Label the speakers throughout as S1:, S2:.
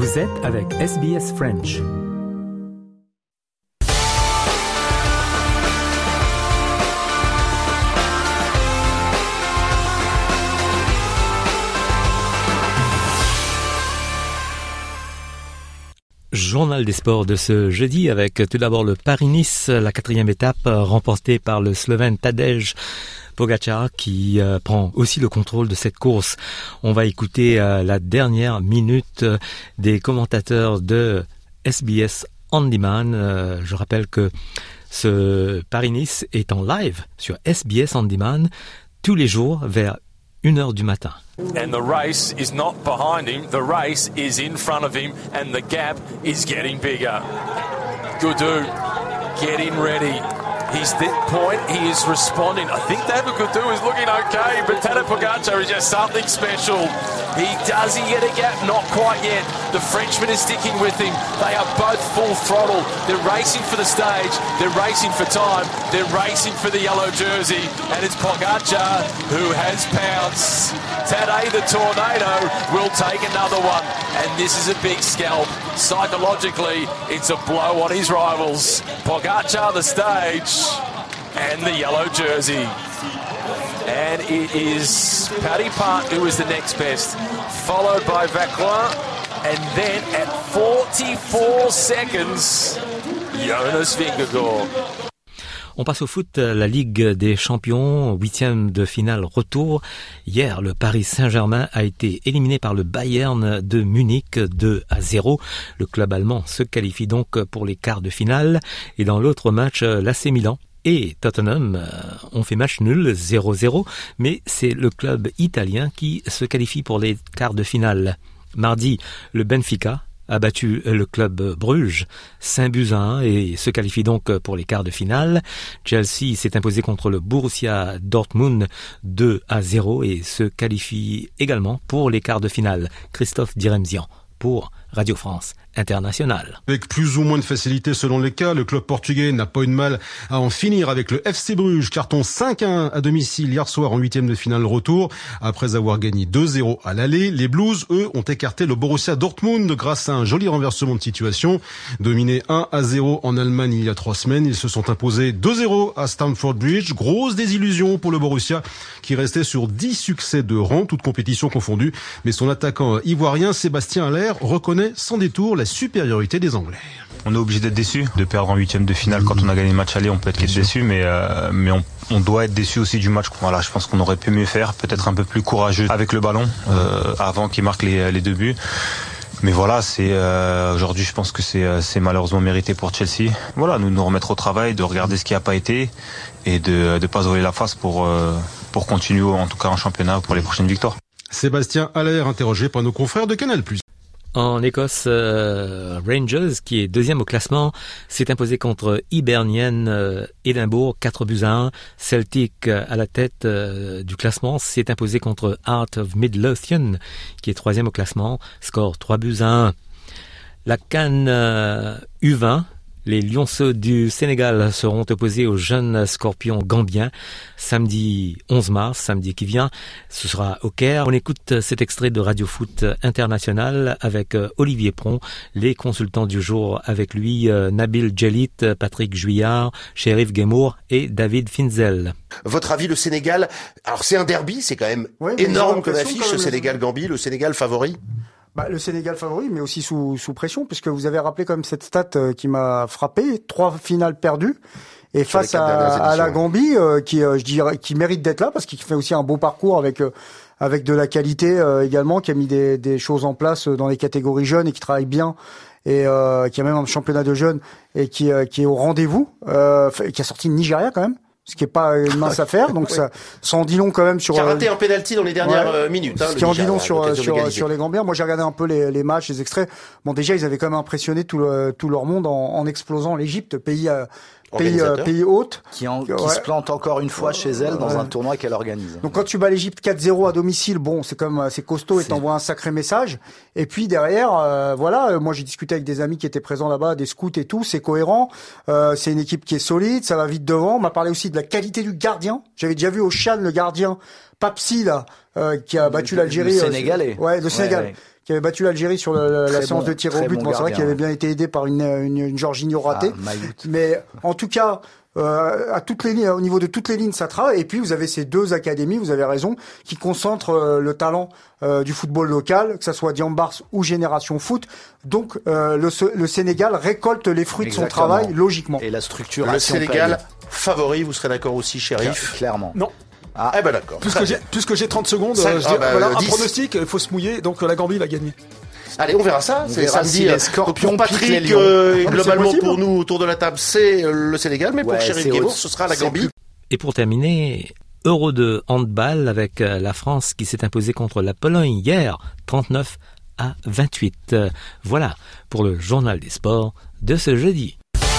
S1: Vous êtes avec SBS French. Journal des sports de ce jeudi avec tout d'abord le Paris-Nice, la 4e étape remportée par le Slovène Tadej Pogačar qui prend aussi le contrôle de cette course. On va écouter la dernière minute des commentateurs de SBS On Demand. Je rappelle que ce Paris-Nice est en live sur SBS On Demand tous les jours vers 1h du matin.
S2: And the race is not behind him, the race is in front of him and the gap is getting bigger. Gaudu getting ready. He's that point, he is responding. I think David Gaudu is looking okay, but Tadej Pogačar is just something special. Does he get a gap? Not quite yet. The Frenchman is sticking with him. They are both full throttle. They're racing for the stage. They're racing for time. They're racing for the yellow jersey. And it's Pogačar who has pounced. Tadej the Tornado will take another one. And this is a big scalp. Psychologically, it's a blow on his rivals. Pogačar the stage and the yellow jersey. And it is Paddy Part who is the next best, followed by Vauquelin, and then at 44 seconds, Jonas Vingegaard.
S1: On passe au foot, la Ligue des Champions, 8e de finale retour. Hier, le Paris Saint-Germain a été éliminé par le Bayern de Munich 2-0. Le club allemand se qualifie donc pour les quarts de finale. Et dans l'autre match, l'AC Milan et Tottenham ont fait match nul 0-0, mais c'est le club italien qui se qualifie pour les quarts de finale. Mardi, le Benfica a battu le club Bruges 5-1 et se qualifie donc pour les quarts de finale. Chelsea s'est imposé contre le Borussia Dortmund 2-0 et se qualifie également pour les quarts de finale. Christophe Diremzian pour Radio France International.
S3: Avec plus ou moins de facilité selon les cas, le club portugais n'a pas eu de mal à en finir avec le FC Bruges, carton 5-1 à domicile hier soir en 8e de finale retour. Après avoir gagné 2-0 à l'aller, les Blues, eux, ont écarté le Borussia Dortmund grâce à un joli renversement de situation. Dominés 1-0 en Allemagne il y a 3 semaines, ils se sont imposés 2-0 à Stamford Bridge. Grosse désillusion pour le Borussia qui restait sur 10 succès de rang, toutes compétitions confondues. Mais son attaquant ivoirien Sébastien Haller reconnaît sans détour la supériorité des Anglais.
S4: On est obligé d'être déçu, de perdre en 8e de finale. Quand on a gagné le match aller, on peut être déçu, mais on doit être déçu aussi du match. Voilà, je pense qu'on aurait pu mieux faire, peut-être un peu plus courageux avec le ballon avant qu'il marque les 2 buts. Mais voilà, aujourd'hui, je pense que c'est malheureusement mérité pour Chelsea. Voilà, nous remettre au travail, de regarder ce qui n'a pas été et de pas se voiler la face pour continuer en tout cas en championnat pour les prochaines victoires.
S3: Sébastien Haller, interrogé par nos confrères de Canal+.
S1: En Écosse, Rangers, qui est 2e au classement, s'est imposé contre Hibernian Édimbourg 4-1. Celtic, à la tête du classement, s'est imposé contre Heart of Midlothian, qui est 3e au classement, score 3-1. La CAN U20, les Lionceaux du Sénégal seront opposés aux jeunes Scorpions gambiens samedi 11 mars, samedi qui vient. Ce sera au Caire. On écoute cet extrait de Radio Foot International avec Olivier Pron, les consultants du jour avec lui, Nabil Djelit, Patrick Juillard, Chérif Guémour et David Finzel.
S5: Votre avis, le Sénégal, alors c'est un derby, c'est quand même énorme comme affiche, le Sénégal-Gambie, le Sénégal favori?
S6: Le Sénégal favori, mais aussi sous pression, puisque vous avez rappelé quand même cette stat qui m'a frappé, 3 finales perdues, et face à la Gambie, qui mérite d'être là, parce qu'il fait aussi un beau parcours avec de la qualité également, qui a mis des choses en place dans les catégories jeunes et qui travaille bien, et qui a même un championnat de jeunes et qui est au rendez-vous, qui a sorti le Nigeria quand même. Ce qui est pas une mince affaire, donc ça en dit long quand même sur.
S5: Qui a raté un penalty dans les dernières minutes.
S6: Ce qui en dit long sur les Gambiens. Moi, j'ai regardé un peu les matchs, les extraits. Bon, déjà, ils avaient quand même impressionné tout leur monde en explosant l'Égypte, pays hôte.
S7: Qui se plante encore une fois chez elle dans un tournoi qu'elle organise.
S6: Donc quand tu bats l'Égypte 4-0 à domicile, bon, c'est costaud et t'envoies un sacré message. Et puis derrière, moi j'ai discuté avec des amis qui étaient présents là-bas, des scouts et tout, c'est cohérent. C'est une équipe qui est solide, ça va vite devant. On m'a parlé aussi de la qualité du gardien. J'avais déjà vu au Chan le gardien Papsi là, qui a battu l'Algérie.
S7: Le Sénégalais.
S6: Le Sénégal. Ouais. Qui avait battu l'Algérie sur la séance de tir au but. Bon, c'est vrai qu'il avait bien été aidé par une Jorginho ratée. Mais en tout cas, à toutes les lignes, au niveau de toutes les lignes, ça travaille. Et puis vous avez ces deux académies, vous avez raison, qui concentrent le talent du football local, que ça soit Diambars ou Génération Foot. Donc le Sénégal récolte les fruits de son travail logiquement.
S7: Et la structure.
S5: Le Sénégal favori, vous serez d'accord aussi, Chérif?
S7: Clairement.
S8: Non.
S5: Ah, ben d'accord.
S8: Puisque j'ai 30 secondes, voilà, un pronostic, il faut se mouiller, donc la Gambie va gagner.
S5: Allez, on verra ça. C'est samedi.
S7: Si les Scorpions
S5: pour Patrick, globalement pour nous autour de la table, c'est le Sénégal, mais pour Chérif Guébourg, ce sera la Gambie.
S1: Et pour terminer, Euro de handball avec la France qui s'est imposée contre la Pologne hier, 39-28. Voilà pour le journal des sports de ce jeudi.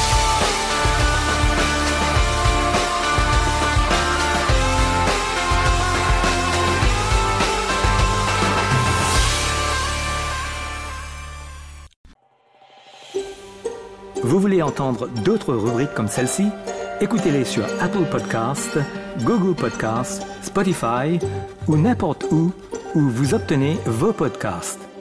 S9: Vous voulez entendre d'autres rubriques comme celle-ci? Écoutez-les sur Apple Podcasts, Google Podcasts, Spotify ou n'importe où vous obtenez vos podcasts.